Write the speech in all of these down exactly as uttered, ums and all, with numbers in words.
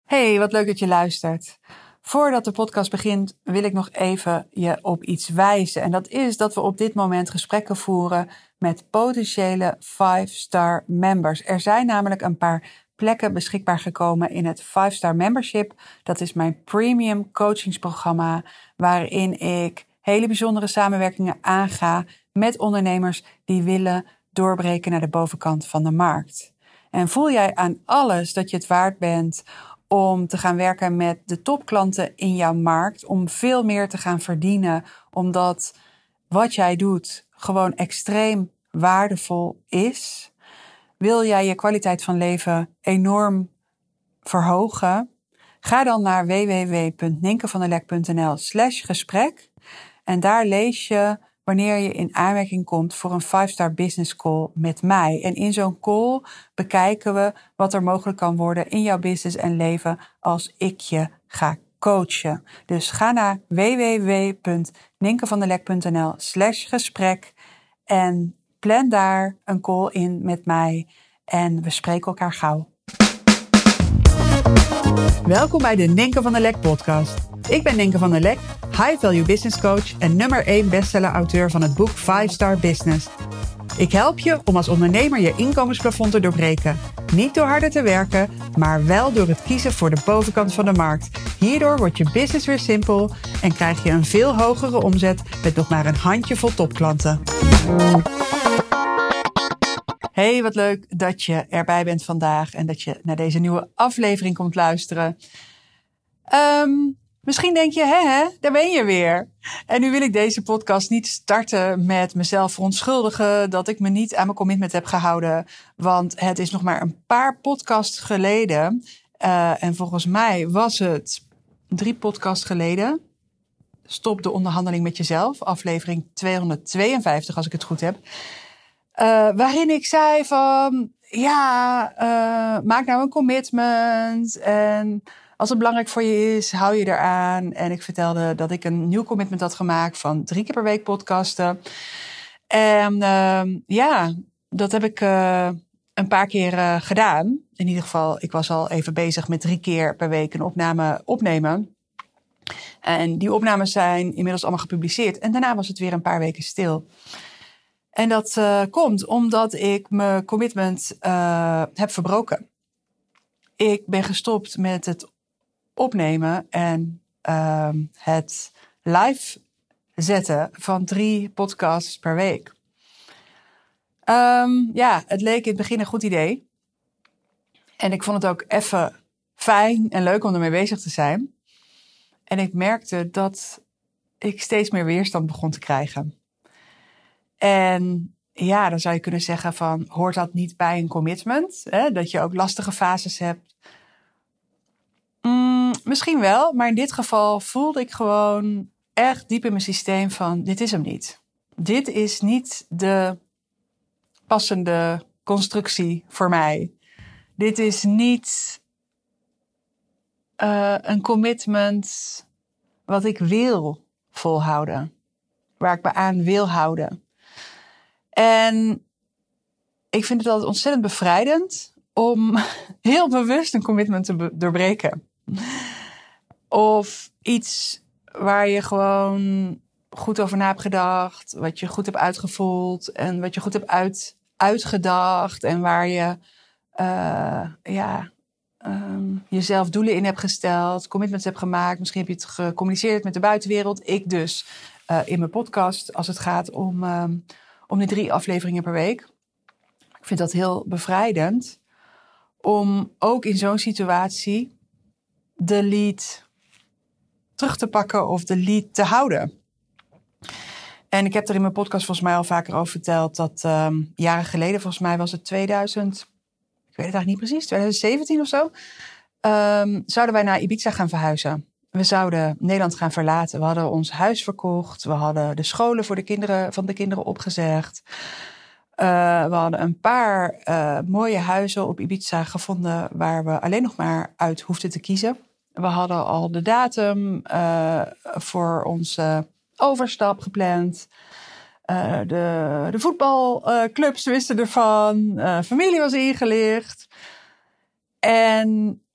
Hey, wat leuk dat je luistert. Voordat de podcast begint wil ik nog even je op iets wijzen. En dat is dat we op dit moment gesprekken voeren met potentiële vijf-star members. Er zijn namelijk een paar plekken beschikbaar gekomen in het vijf-star membership. Dat is mijn premium coachingsprogramma waarin ik hele bijzondere samenwerkingen aanga met ondernemers die willen doorbreken naar de bovenkant van de markt. En voel jij aan alles dat je het waard bent om te gaan werken met de topklanten in jouw markt, om veel meer te gaan verdienen, omdat wat jij doet gewoon extreem waardevol is? Wil jij je kwaliteit van leven enorm verhogen? Ga dan naar w w w punt ninkevandelek punt n l slash gesprek en daar lees je wanneer je in aanmerking komt voor een vijf-star business call met mij. En in zo'n call bekijken we wat er mogelijk kan worden in jouw business en leven als ik je ga coachen. Dus ga naar w w w punt ninkevandelek punt n l slash gesprek en plan daar een call in met mij en we spreken elkaar gauw. Welkom bij de Ninke van der Lek podcast. Ik ben Ninke van der Lek, High Value Business Coach en nummer één bestseller auteur van het boek vijf-star Business. Ik help je om als ondernemer je inkomensplafond te doorbreken. Niet door harder te werken, maar wel door het kiezen voor de bovenkant van de markt. Hierdoor wordt je business weer simpel en krijg je een veel hogere omzet met nog maar een handjevol topklanten. Hey, wat leuk dat je erbij bent vandaag en dat je naar deze nieuwe aflevering komt luisteren. Um, misschien denk je, hè, hè, daar ben je weer. En nu wil ik deze podcast niet starten met mezelf verontschuldigen dat ik me niet aan mijn commitment heb gehouden. Want het is nog maar een paar podcasts geleden. Uh, en volgens mij was het drie podcasts geleden. Stop de onderhandeling met jezelf. Aflevering tweehonderdtweeënvijftig als ik het goed heb. Uh, waarin ik zei van, ja, uh, maak nou een commitment. En als het belangrijk voor je is, hou je eraan. En ik vertelde dat ik een nieuw commitment had gemaakt van drie keer per week podcasten. En uh, ja, dat heb ik uh, een paar keer uh, gedaan. In ieder geval, ik was al even bezig met drie keer per week een opname opnemen. En die opnames zijn inmiddels allemaal gepubliceerd. En daarna was het weer een paar weken stil. En dat uh, komt omdat ik mijn commitment uh, heb verbroken. Ik ben gestopt met het opnemen en uh, het live zetten van drie podcasts per week. Um, ja, het leek in het begin een goed idee. En ik vond het ook even fijn en leuk om ermee bezig te zijn. En ik merkte dat ik steeds meer weerstand begon te krijgen. En ja, dan zou je kunnen zeggen van, hoort dat niet bij een commitment? Hè? Dat je ook lastige fases hebt. Mm, misschien wel, maar in dit geval voelde ik gewoon echt diep in mijn systeem van, dit is hem niet. Dit is niet de passende constructie voor mij. Dit is niet uh, een commitment wat ik wil volhouden. Waar ik me aan wil houden. En ik vind het altijd ontzettend bevrijdend om heel bewust een commitment te be- doorbreken. Of iets waar je gewoon goed over na hebt gedacht, wat je goed hebt uitgevoeld en wat je goed hebt uit, uitgedacht en waar je uh, ja, um, jezelf doelen in hebt gesteld, commitments hebt gemaakt. Misschien heb je het gecommuniceerd met de buitenwereld. Ik dus uh, in mijn podcast als het gaat om... Um, Om die drie afleveringen per week. Ik vind dat heel bevrijdend. Om ook in zo'n situatie de lead terug te pakken of de lead te houden. En ik heb er in mijn podcast volgens mij al vaker over verteld. Dat um, jaren geleden, volgens mij was het tweeduizend. Ik weet het eigenlijk niet precies. twintig zeventien of zo. Um, zouden wij naar Ibiza gaan verhuizen. We zouden Nederland gaan verlaten. We hadden ons huis verkocht. We hadden de scholen voor de kinderen, van de kinderen opgezegd. Uh, we hadden een paar uh, mooie huizen op Ibiza gevonden waar we alleen nog maar uit hoefden te kiezen. We hadden al de datum uh, voor onze overstap gepland. Uh, de, de voetbalclubs wisten ervan. Uh, familie was ingelicht. En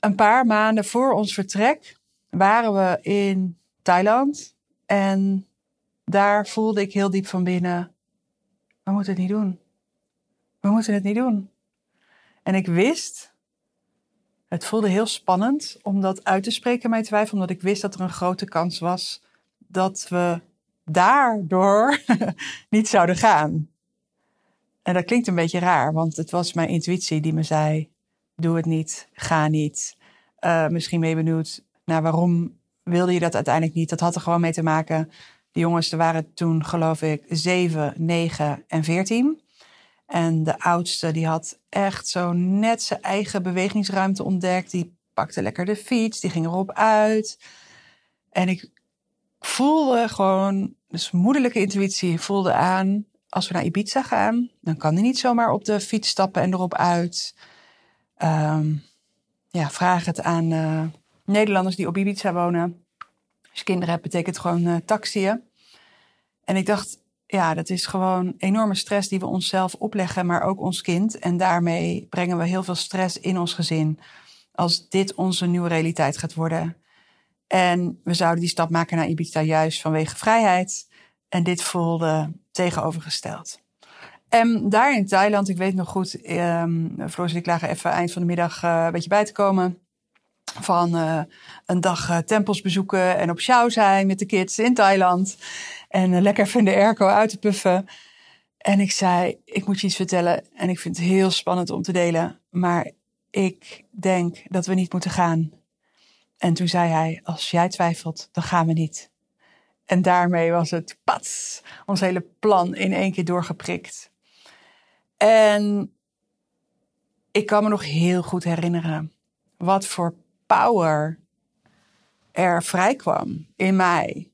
een paar maanden voor ons vertrek waren we in Thailand. En daar voelde ik heel diep van binnen, we moeten het niet doen. We moeten het niet doen. En ik wist, het voelde heel spannend om dat uit te spreken, mijn twijfel. Omdat ik wist dat er een grote kans was dat we daardoor niet zouden gaan. En dat klinkt een beetje raar, want het was mijn intuïtie die me zei, doe het niet, ga niet. Uh, misschien ben je benieuwd naar waarom wilde je dat uiteindelijk niet. Dat had er gewoon mee te maken. De jongens, er waren toen geloof ik zeven, negen en veertien. En de oudste die had echt zo net zijn eigen bewegingsruimte ontdekt. Die pakte lekker de fiets, die ging erop uit. En ik voelde gewoon, dus moederlijke intuïtie voelde aan, als we naar Ibiza gaan, dan kan hij niet zomaar op de fiets stappen en erop uit. Um, ja, vraag het aan uh, Nederlanders die op Ibiza wonen. Als je kinderen hebt, betekent het gewoon uh, taxiën. En ik dacht, ja, dat is gewoon enorme stress die we onszelf opleggen, maar ook ons kind. En daarmee brengen we heel veel stress in ons gezin als dit onze nieuwe realiteit gaat worden. En we zouden die stap maken naar Ibiza juist vanwege vrijheid. En dit voelde tegenovergesteld. En daar in Thailand, ik weet nog goed, um, Floris en ik lagen even eind van de middag uh, een beetje bij te komen. Van uh, een dag uh, tempels bezoeken en op sjouw zijn met de kids in Thailand. En uh, lekker even in de airco uit te puffen. En ik zei, ik moet je iets vertellen. En ik vind het heel spannend om te delen. Maar ik denk dat we niet moeten gaan. En toen zei hij, als jij twijfelt, dan gaan we niet. En daarmee was het, pats, ons hele plan in één keer doorgeprikt. En ik kan me nog heel goed herinneren wat voor power er vrijkwam in mij.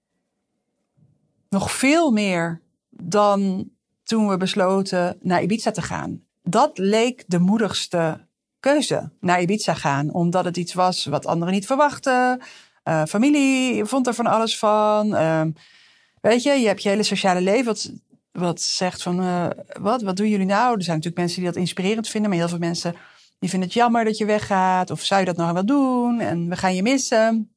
Nog veel meer dan toen we besloten naar Ibiza te gaan. Dat leek de moedigste keuze, naar Ibiza gaan. Omdat het iets was wat anderen niet verwachten. Uh, familie vond er van alles van. Uh, weet je, je hebt je hele sociale leven wat, wat zegt van, uh, wat, wat doen jullie nou? Er zijn natuurlijk mensen die dat inspirerend vinden, maar heel veel mensen die vinden het jammer dat je weggaat. Of zou je dat nog wel doen? En we gaan je missen.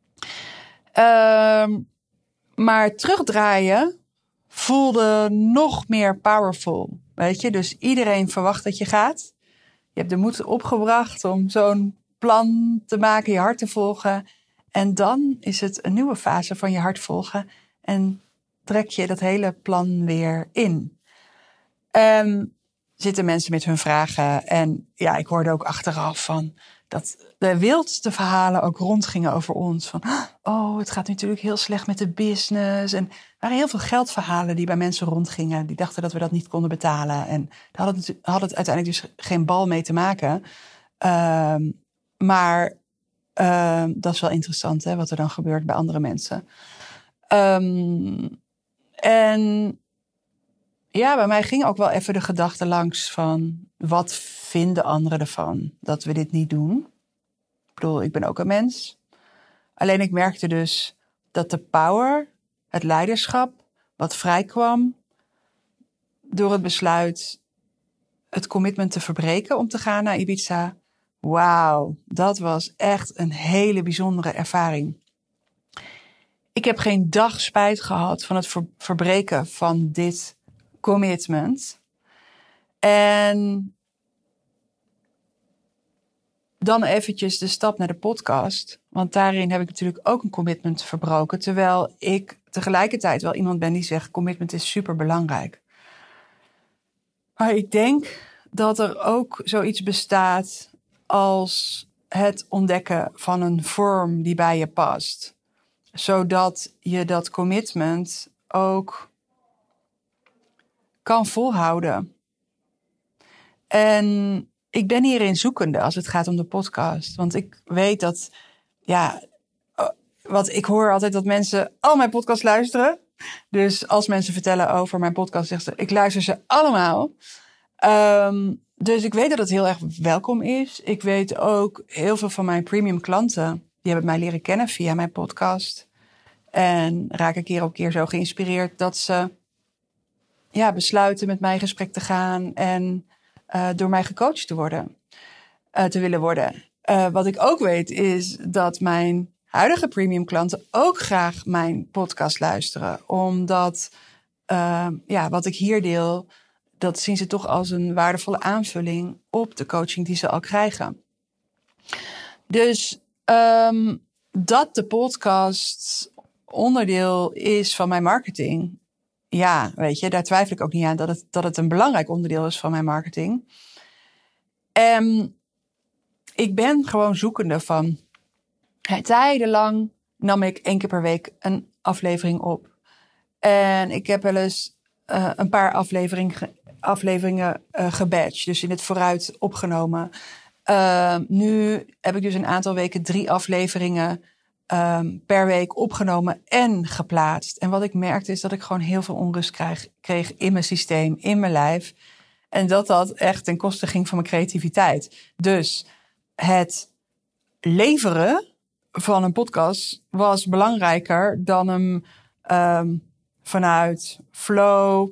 Uh, maar terugdraaien voelde nog meer powerful. Weet je, dus iedereen verwacht dat je gaat. Je hebt de moed opgebracht om zo'n plan te maken, je hart te volgen. En dan is het een nieuwe fase van je hart volgen. En trek je dat hele plan weer in. Um, zitten mensen met hun vragen. En ja, ik hoorde ook achteraf van dat de wildste verhalen ook rondgingen over ons. Van, oh, het gaat natuurlijk heel slecht met de business. En er waren heel veel geldverhalen die bij mensen rondgingen. Die dachten dat we dat niet konden betalen. En daar had het, had het uiteindelijk dus geen bal mee te maken. Um, maar uh, dat is wel interessant, hè, wat er dan gebeurt bij andere mensen. Um, en ja, bij mij ging ook wel even de gedachte langs van, wat vinden anderen ervan dat we dit niet doen? Ik bedoel, ik ben ook een mens. Alleen ik merkte dus dat de power, het leiderschap, wat vrijkwam door het besluit het commitment te verbreken om te gaan naar Ibiza. Wauw, dat was echt een hele bijzondere ervaring. Ik heb geen dag spijt gehad van het ver- verbreken van dit commitment. En dan eventjes de stap naar de podcast. Want daarin heb ik natuurlijk ook een commitment verbroken. Terwijl ik tegelijkertijd wel iemand ben die zegt, commitment is super belangrijk. Maar ik denk dat er ook zoiets bestaat als het ontdekken van een vorm die bij je past. Zodat je dat commitment ook kan volhouden. En ik ben hierin zoekende als het gaat om de podcast. Want ik weet dat, ja, wat ik hoor altijd dat mensen al mijn podcasts luisteren. Dus als mensen vertellen over mijn podcast, zeggen ze, ik luister ze allemaal. Um, dus ik weet dat het heel erg welkom is. Ik weet ook heel veel van mijn premium klanten, die hebben mij leren kennen via mijn podcast. En raken keer op keer zo geïnspireerd dat ze ja, besluiten met mij in gesprek te gaan en uh, door mij gecoacht te worden, uh, te willen worden. Uh, wat ik ook weet is dat mijn huidige premium klanten ook graag mijn podcast luisteren. Omdat uh, ja, wat ik hier deel, dat zien ze toch als een waardevolle aanvulling op de coaching die ze al krijgen. Dus um, dat de podcast onderdeel is van mijn marketing. Ja, weet je, daar twijfel ik ook niet aan dat het, dat het een belangrijk onderdeel is van mijn marketing. En ik ben gewoon zoekende van... Tijdenlang nam ik één keer per week een aflevering op. En ik heb wel eens uh, een paar aflevering, afleveringen uh, gebatcht. Dus in het vooruit opgenomen. Uh, nu heb ik dus een aantal weken drie afleveringen um, per week opgenomen en geplaatst. En wat ik merkte is dat ik gewoon heel veel onrust krijg, kreeg in mijn systeem, in mijn lijf. En dat dat echt ten koste ging van mijn creativiteit. Dus het leveren van een podcast was belangrijker dan hem um, vanuit flow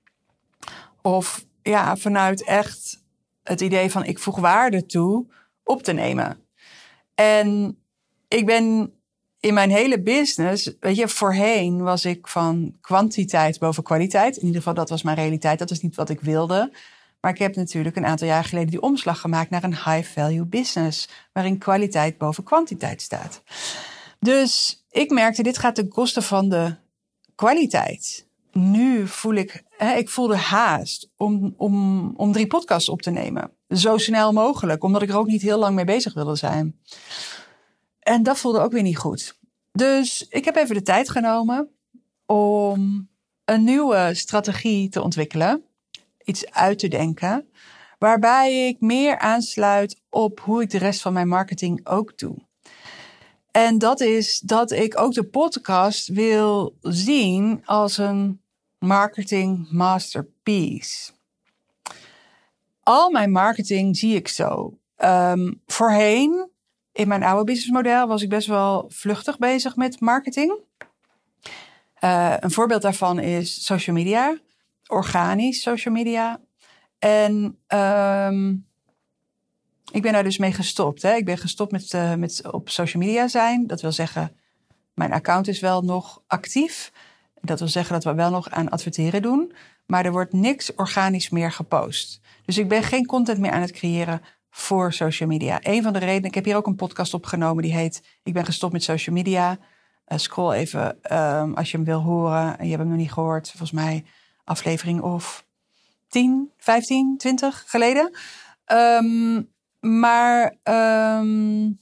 of ja, vanuit echt het idee van ik voeg waarde toe op te nemen. En ik ben in mijn hele business, weet je, voorheen was ik van kwantiteit boven kwaliteit. In ieder geval, dat was mijn realiteit. Dat is niet wat ik wilde. Maar ik heb natuurlijk een aantal jaar geleden die omslag gemaakt naar een high-value business, waarin kwaliteit boven kwantiteit staat. Dus ik merkte, dit gaat ten koste van de kwaliteit. Nu voel ik, hè, ik voelde haast om, om, om drie podcasts op te nemen. Zo snel mogelijk, omdat ik er ook niet heel lang mee bezig wilde zijn. En dat voelde ook weer niet goed. Dus ik heb even de tijd genomen om een nieuwe strategie te ontwikkelen. Iets uit te denken, waarbij ik meer aansluit op hoe ik de rest van mijn marketing ook doe. En dat is dat ik ook de podcast wil zien als een marketing masterpiece. Al mijn marketing zie ik zo. Um, voorheen, in mijn oude businessmodel, was ik best wel vluchtig bezig met marketing. Uh, een voorbeeld daarvan is social media. Organisch social media. En um, ik ben daar dus mee gestopt. Hè. Ik ben gestopt met, uh, met op social media zijn. Dat wil zeggen, mijn account is wel nog actief. Dat wil zeggen dat we wel nog aan adverteren doen. Maar er wordt niks organisch meer gepost. Dus ik ben geen content meer aan het creëren voor social media. Een van de redenen, ik heb hier ook een podcast opgenomen die heet Ik ben gestopt met social media. Uh, scroll even um, als je hem wil horen en je hebt hem nog niet gehoord. Volgens mij aflevering of tien, vijftien, twintig geleden. Um, maar um,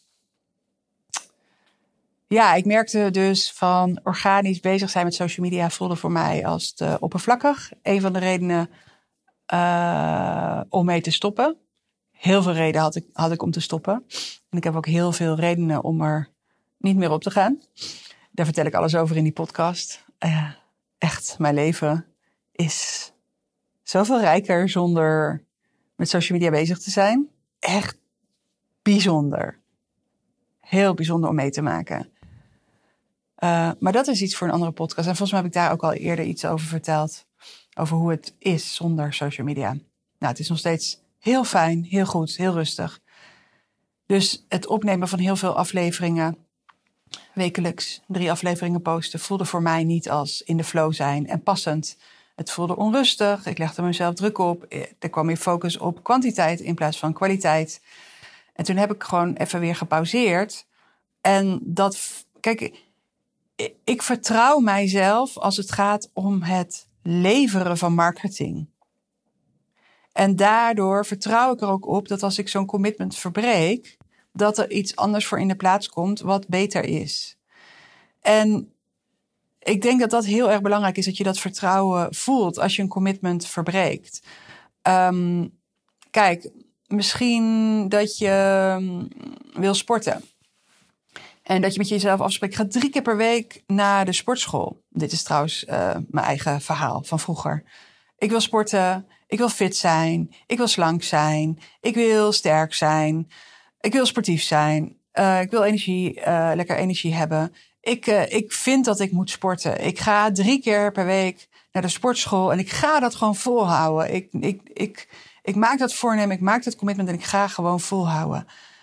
ja, ik merkte dus van organisch bezig zijn met social media voelde voor mij als te oppervlakkig. Een van de redenen uh, om mee te stoppen. Heel veel redenen had ik, had ik om te stoppen. En ik heb ook heel veel redenen om er niet meer op te gaan. Daar vertel ik alles over in die podcast. Uh, echt, mijn leven is zoveel rijker zonder met social media bezig te zijn. Echt bijzonder. Heel bijzonder om mee te maken. Uh, maar dat is iets voor een andere podcast. En volgens mij heb ik daar ook al eerder iets over verteld. Over hoe het is zonder social media. Nou, het is nog steeds heel fijn, heel goed, heel rustig. Dus het opnemen van heel veel afleveringen, wekelijks drie afleveringen posten, voelde voor mij niet als in de flow zijn en passend. Het voelde onrustig, ik legde mezelf druk op. Er kwam meer focus op kwantiteit in plaats van kwaliteit. En toen heb ik gewoon even weer gepauzeerd. En dat, kijk, ik vertrouw mijzelf als het gaat om het leveren van marketing. En daardoor vertrouw ik er ook op dat als ik zo'n commitment verbreek, dat er iets anders voor in de plaats komt wat beter is. En ik denk dat dat heel erg belangrijk is, dat je dat vertrouwen voelt als je een commitment verbreekt. Um, kijk, misschien dat je wil sporten. En dat je met jezelf afspreekt, ik ga drie keer per week naar de sportschool. Dit is trouwens uh, mijn eigen verhaal van vroeger. Ik wil sporten, ik wil fit zijn, ik wil slank zijn, ik wil sterk zijn, ik wil sportief zijn, uh, ik wil energie, uh, lekker energie hebben. Ik, uh, ik vind dat ik moet sporten. Ik ga drie keer per week naar de sportschool en ik ga dat gewoon volhouden. Ik, ik, ik, ik maak dat voornemen, ik maak dat commitment en ik ga gewoon volhouden.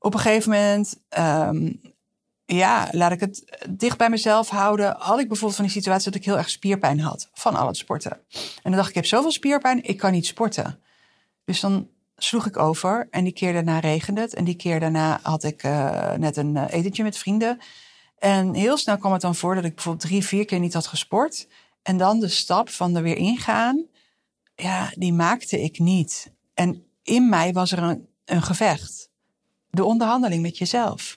op een gegeven moment, um, ja, laat ik het dicht bij mezelf houden. Had ik bijvoorbeeld van die situatie dat ik heel erg spierpijn had van al het sporten. En dan dacht ik, ik heb zoveel spierpijn, ik kan niet sporten. Dus dan sloeg ik over en die keer daarna regende het. En die keer daarna had ik uh, net een uh, etentje met vrienden. En heel snel kwam het dan voor dat ik bijvoorbeeld drie, vier keer niet had gesport. En dan de stap van er weer ingaan, ja, die maakte ik niet. En in mij was er een, een gevecht. De onderhandeling met jezelf.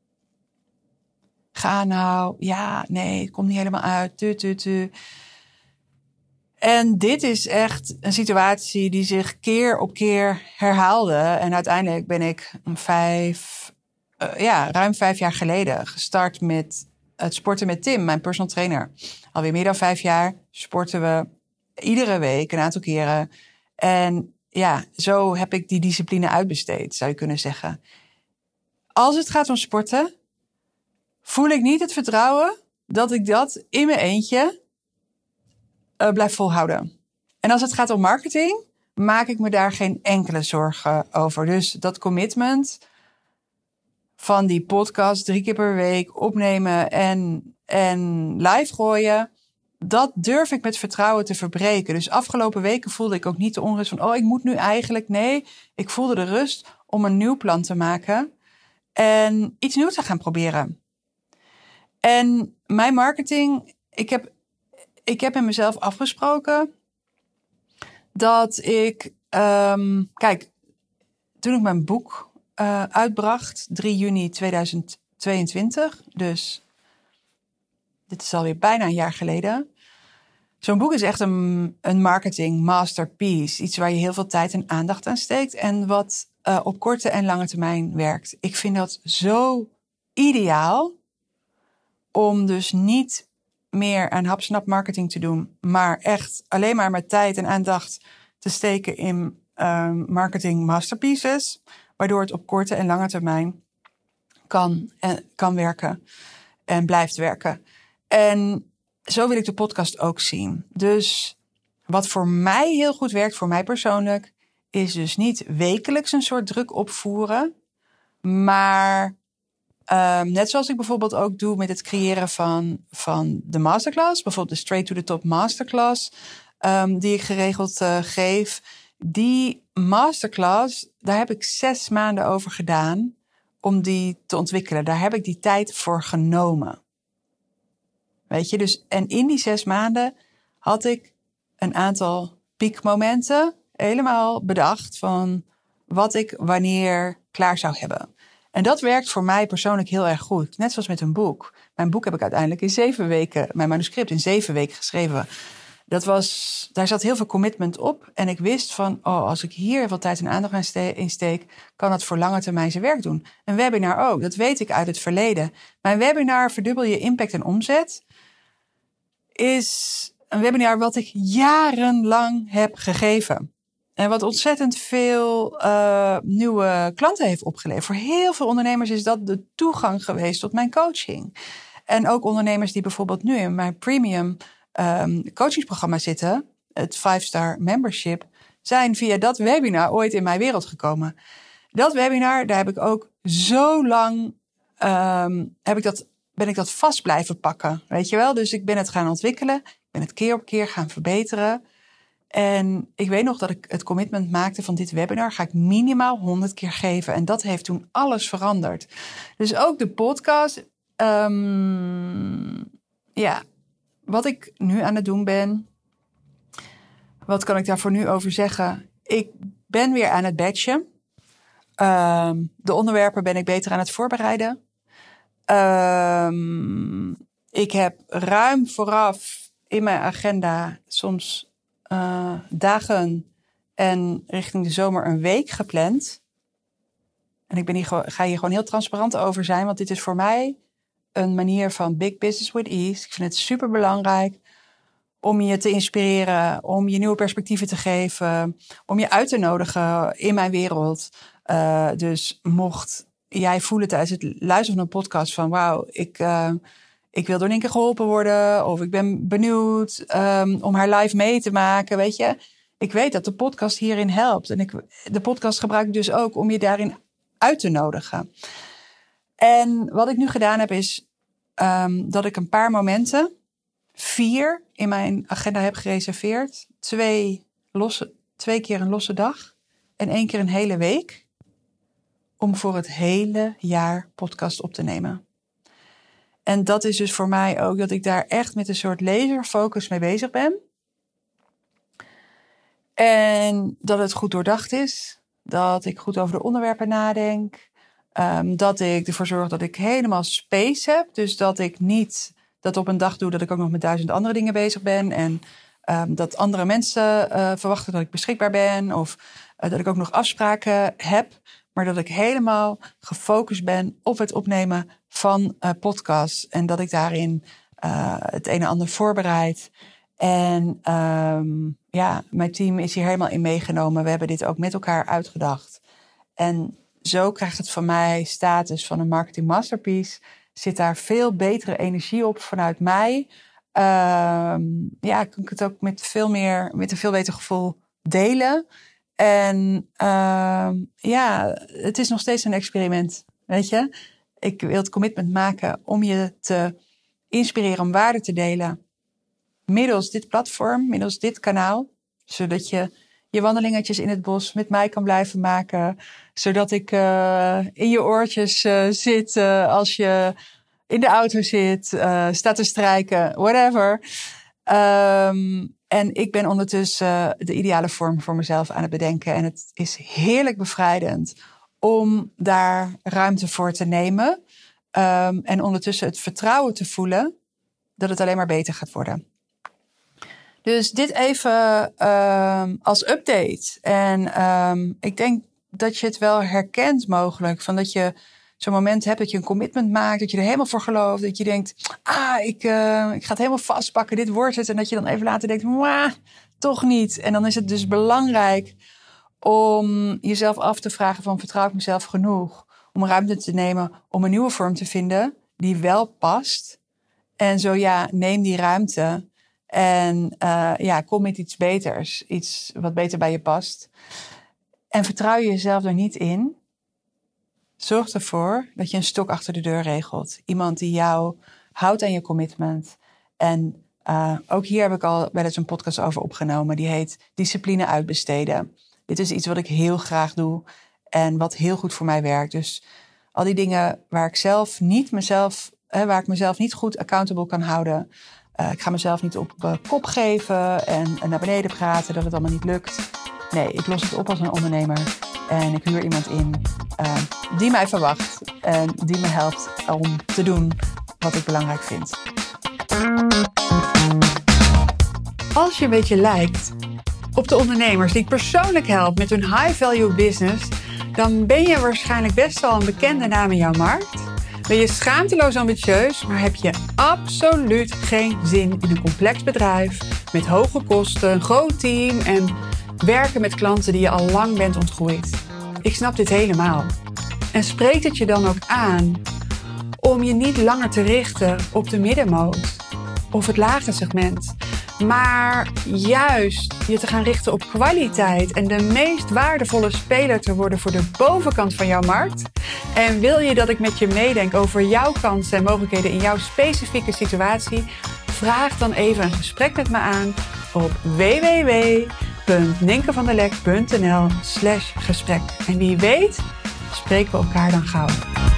Ga nou, ja, nee, het komt niet helemaal uit. Tu, tu, tu. En dit is echt een situatie die zich keer op keer herhaalde. En uiteindelijk ben ik vijf, uh, ja, ruim vijf jaar geleden gestart met het sporten met Tim, mijn personal trainer. Alweer meer dan vijf jaar sporten we iedere week een aantal keren. En ja, zo heb ik die discipline uitbesteed, zou je kunnen zeggen. Als het gaat om sporten, voel ik niet het vertrouwen dat ik dat in mijn eentje uh, blijf volhouden. En als het gaat om marketing, maak ik me daar geen enkele zorgen over. Dus dat commitment van die podcast drie keer per week opnemen en, en live gooien, dat durf ik met vertrouwen te verbreken. Dus afgelopen weken voelde ik ook niet de onrust van, oh, ik moet nu eigenlijk. Nee, ik voelde de rust om een nieuw plan te maken en iets nieuws te gaan proberen. En mijn marketing, ik heb, ik heb in mezelf afgesproken dat ik, um, kijk, toen ik mijn boek uh, uitbracht, drie juni tweeduizend tweeëntwintig, dus dit is alweer bijna een jaar geleden. Zo'n boek is echt een, een marketing masterpiece. Iets waar je heel veel tijd en aandacht aan steekt. En wat uh, op korte en lange termijn werkt. Ik vind dat zo ideaal. Om dus niet meer aan hapsnap marketing te doen. Maar echt alleen maar met tijd en aandacht te steken in uh, marketing masterpieces. Waardoor het op korte en lange termijn kan, en, kan werken. En blijft werken. En zo wil ik de podcast ook zien. Dus wat voor mij heel goed werkt, voor mij persoonlijk, is dus niet wekelijks een soort druk opvoeren. Maar um, net zoals ik bijvoorbeeld ook doe met het creëren van, van de masterclass. Bijvoorbeeld de Straight to the Top masterclass um, die ik geregeld uh, geef. Die masterclass, daar heb ik zes maanden over gedaan om die te ontwikkelen. Daar heb ik die tijd voor genomen. Weet je, dus en in die zes maanden had ik een aantal piekmomenten helemaal bedacht van wat ik wanneer klaar zou hebben. En dat werkt voor mij persoonlijk heel erg goed. Net zoals met een boek. Mijn boek heb ik uiteindelijk in zeven weken, mijn manuscript in zeven weken geschreven. Dat was, daar zat heel veel commitment op. En ik wist van, oh, als ik hier veel tijd en aandacht in steek, kan het voor lange termijn zijn werk doen. Een webinar ook, dat weet ik uit het verleden. Mijn webinar Verdubbel je impact en omzet is een webinar wat ik jarenlang heb gegeven. En wat ontzettend veel uh, nieuwe klanten heeft opgeleverd. Voor heel veel ondernemers is dat de toegang geweest tot mijn coaching. En ook ondernemers die bijvoorbeeld nu in mijn premium um, coachingsprogramma zitten, het vijf star membership, zijn via dat webinar ooit in mijn wereld gekomen. Dat webinar, daar heb ik ook zo lang, um, heb ik dat, ben ik dat vast blijven pakken. Weet je wel? Dus ik ben het gaan ontwikkelen. Ik ben het keer op keer gaan verbeteren. En ik weet nog dat ik het commitment maakte van dit webinar ga ik minimaal honderd keer geven. En dat heeft toen alles veranderd. Dus ook de podcast. Um, ja, wat ik nu aan het doen ben. Wat kan ik daarvoor nu over zeggen? Ik ben weer aan het batchen. Um, de onderwerpen ben ik beter aan het voorbereiden. Um, ik heb ruim vooraf in mijn agenda soms uh, dagen en richting de zomer een week gepland. En ik ben hier, ga hier gewoon heel transparant over zijn, want dit is voor mij een manier van big business with ease. Ik vind het super belangrijk om je te inspireren, om je nieuwe perspectieven te geven, om je uit te nodigen in mijn wereld. Uh, dus mocht jij voelen tijdens het luisteren van een podcast van wauw, ik, uh, ik wil door Nienke geholpen worden, of ik ben benieuwd um, om haar live mee te maken, weet je. Ik weet dat de podcast hierin helpt. En ik, de podcast gebruik ik dus ook om je daarin uit te nodigen. En wat ik nu gedaan heb is um, dat ik een paar momenten, vier in mijn agenda heb gereserveerd. Twee, losse, twee keer een losse dag en één keer een hele week. Om voor het hele jaar podcast op te nemen. En dat is dus voor mij ook dat ik daar echt met een soort laserfocus mee bezig ben. En dat het goed doordacht is. Dat ik goed over de onderwerpen nadenk. Um, dat ik ervoor zorg dat ik helemaal space heb. Dus dat ik niet dat op een dag doe dat ik ook nog met duizend andere dingen bezig ben. En um, dat andere mensen uh, verwachten dat ik beschikbaar ben. Of uh, dat ik ook nog afspraken heb. Maar dat ik helemaal gefocust ben op het opnemen van uh, podcasts. En dat ik daarin uh, het een en ander voorbereid. En um, ja, mijn team is hier helemaal in meegenomen. We hebben dit ook met elkaar uitgedacht. En zo krijgt het van mij status van een marketing masterpiece. Zit daar veel betere energie op vanuit mij. Um, ja, kan ik het ook met veel meer, met een veel beter gevoel delen. En uh, ja, het is nog steeds een experiment, weet je. Ik wil het commitment maken om je te inspireren om waarde te delen. Middels dit platform, middels dit kanaal. Zodat je je wandelingetjes in het bos met mij kan blijven maken. Zodat ik uh, in je oortjes uh, zit uh, als je in de auto zit, uh, staat te strijken, whatever. Um, En ik ben ondertussen de ideale vorm voor mezelf aan het bedenken. En het is heerlijk bevrijdend om daar ruimte voor te nemen. Um, en ondertussen het vertrouwen te voelen dat het alleen maar beter gaat worden. Dus dit even um, als update. En um, ik denk dat je het wel herkent mogelijk. Van dat je zo'n moment hebt dat je een commitment maakt. Dat je er helemaal voor gelooft. Dat je denkt, ah, ik, uh, ik ga het helemaal vastpakken. Dit wordt het. En dat je dan even later denkt, maar toch niet. En dan is het dus belangrijk om jezelf af te vragen van, vertrouw ik mezelf genoeg? Om ruimte te nemen om een nieuwe vorm te vinden die wel past. En zo ja, neem die ruimte. En uh, ja, kom met iets beters. Iets wat beter bij je past. En vertrouw je jezelf er niet in. Zorg ervoor dat je een stok achter de deur regelt. Iemand die jou houdt aan je commitment. En uh, ook hier heb ik al wel eens een podcast over opgenomen. Die heet Discipline uitbesteden. Dit is iets wat ik heel graag doe. En wat heel goed voor mij werkt. Dus al die dingen waar ik zelf niet mezelf, hè, waar ik mezelf niet goed accountable kan houden. Uh, ik ga mezelf niet op uh, kop geven en, en naar beneden praten dat het allemaal niet lukt. Nee, ik los het op als een ondernemer. En ik huur iemand in uh, die mij verwacht. En die me helpt om te doen wat ik belangrijk vind. Als je een beetje lijkt op de ondernemers die ik persoonlijk help met hun high-value business, dan ben je waarschijnlijk best wel een bekende naam in jouw markt. Ben je schaamteloos ambitieus, maar heb je absoluut geen zin in een complex bedrijf met hoge kosten, een groot team en werken met klanten die je al lang bent ontgroeid. Ik snap dit helemaal. En spreekt het je dan ook aan om je niet langer te richten op de middenmoot of het lage segment, maar juist je te gaan richten op kwaliteit en de meest waardevolle speler te worden voor de bovenkant van jouw markt? En wil je dat ik met je meedenk over jouw kansen en mogelijkheden in jouw specifieke situatie? Vraag dan even een gesprek met me aan op w w w punt ninkevanderlek punt n l slash gesprek. En wie weet spreken we elkaar dan gauw.